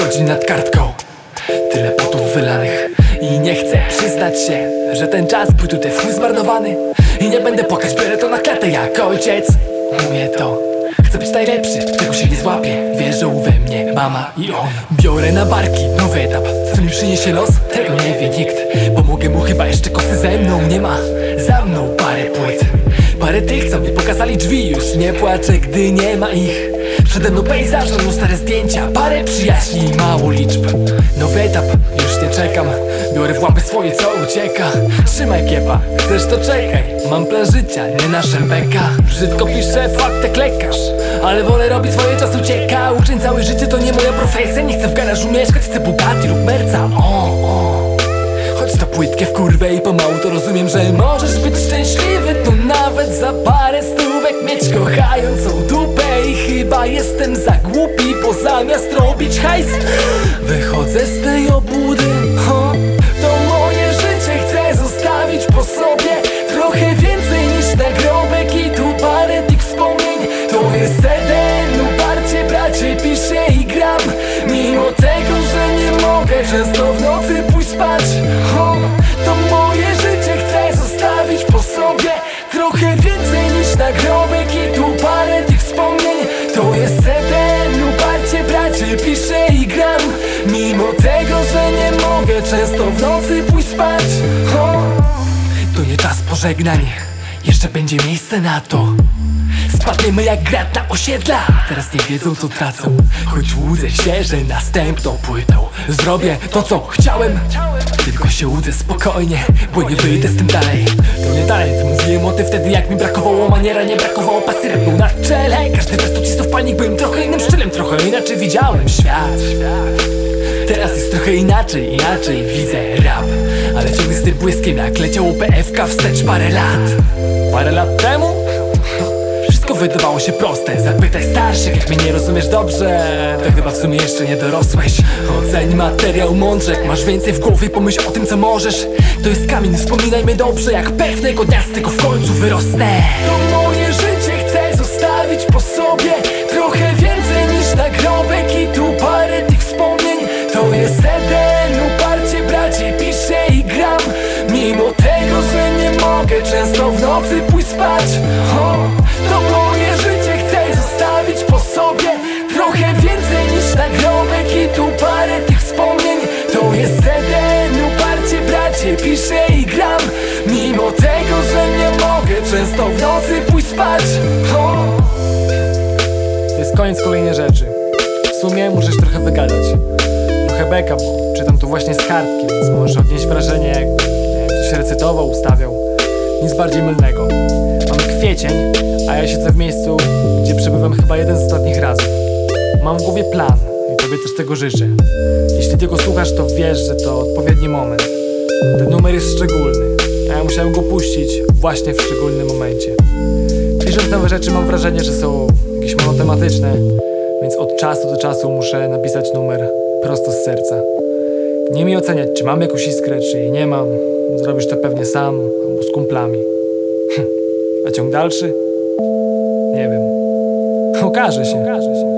godzin nad kartką, tyle potów wylanych. I nie chcę przyznać się, że ten czas był tutaj w chuj zmarnowany. I nie będę płakać, biorę to na klatę jak ojciec. Mówię to, chcę być najlepszy, tego się nie złapię. Wierzą we mnie mama i on. Biorę na barki nowy etap, co mi przyniesie los, tego nie wie nikt. Pomogę mu, chyba jeszcze kosy ze mną nie ma. Za mną parę płyt, parę tych, co mi pokazali drzwi. Już nie płaczę, gdy nie ma ich. Przede mną pejzaż, no stare zdjęcia, parę przyjaźni i mało liczb. Nowy etap, już nie czekam. Biorę w łapy swoje, co ucieka. Trzymaj kiepa, chcesz to czekaj. Mam plan życia, nie na szembeka. Brzydko piszę faktek lekarz, ale wolę robić swoje, czas ucieka. Uczeń całe życie to nie moja profesja. Nie chcę w garażu mieszkać, chcę Bugatti lub Merca. Choć to płytkie w kurwę i pomału to rozumiem, że możesz być szczęśliwy tu nawet za parę stówek mieć kochającą dupę. I chyba jestem za głupi, bo zamiast robić hajs wychodzę z tej obłudy. To moje życie chcę zostawić po sobie trochę więcej niż nagrobek i tu parę tych wspomnień. To jest CDN, uparcie bracie piszę i gram. Mimo tego, że nie mogę często w nocy pójść spać. To moje życie chcę zostawić po sobie trochę więcej niż nagrobek i tu parę tych wspomnień. To jest CDN, uparcie bracie piszę i gram. Mimo tego, że nie mogę często w nocy pójść spać. To nie czas pożegnań, jeszcze będzie miejsce na to. Spadniemy jak grat na osiedla, teraz nie wiedzą co tracą. Choć łudzę się, że następną płytą zrobię to co chciałem. Tylko się łudzę spokojnie, bo nie wyjdę z tym dalej. To nie talent, mówiłem o tym wtedy jak mi brakowało maniera, nie brakowało pasy, rap był na czele. Każdy bez tu cisnął w panik, byłem trochę innym stylem, trochę inaczej widziałem świat. Teraz jest trochę inaczej widzę rap. Ale ciągle z tym błyskiem jak leciało PFK wstecz parę lat. Parę lat temu? Wszystko wydawało się proste. Zapytaj starszych, jak mnie nie rozumiesz dobrze, to chyba w sumie jeszcze nie dorosłeś. Oceń materiał mądrze, jak masz więcej w głowie, pomyśl o tym co możesz. To jest kamień, wspominajmy dobrze, jak pewnego dnia z tego w końcu wyrosnę. To moje życie chcę zostawić po sobie trochę więcej niż nagrobek i tu parę tych wspomnień. To jest CDN, uparcie bracie piszę i gram. Mimo tego, że nie mogę często w nocy pójść spać. To moje życie chcę zostawić po sobie trochę więcej niż nagrobek i tu parę tych wspomnień. To jest CDN, uparcie bracie piszę i gram. Mimo tego, że nie mogę często w nocy pójść spać. To jest koniec kolejnej rzeczy. W sumie muszę się trochę wygadać. Trochę beka, bo czytam to właśnie z kartki, więc możesz odnieść wrażenie, jak coś recytował, ustawiał. Nic bardziej mylnego. Mamy kwiecień, a ja siedzę w miejscu, gdzie przebywam chyba jeden z ostatnich razy. Mam w głowie plan i tobie też tego życzę. Jeśli tego słuchasz, to wiesz, że to odpowiedni moment. Ten numer jest szczególny, a ja musiałem go puścić właśnie w szczególnym momencie. Pisząc nowe rzeczy mam wrażenie, że są jakieś monotematyczne, więc od czasu do czasu muszę napisać numer prosto z serca. Nie mi oceniać, czy mam jakąś iskrę, czy jej nie mam. Zrobisz to pewnie sam albo z kumplami. A ciąg dalszy? Nie wiem. Okaże się.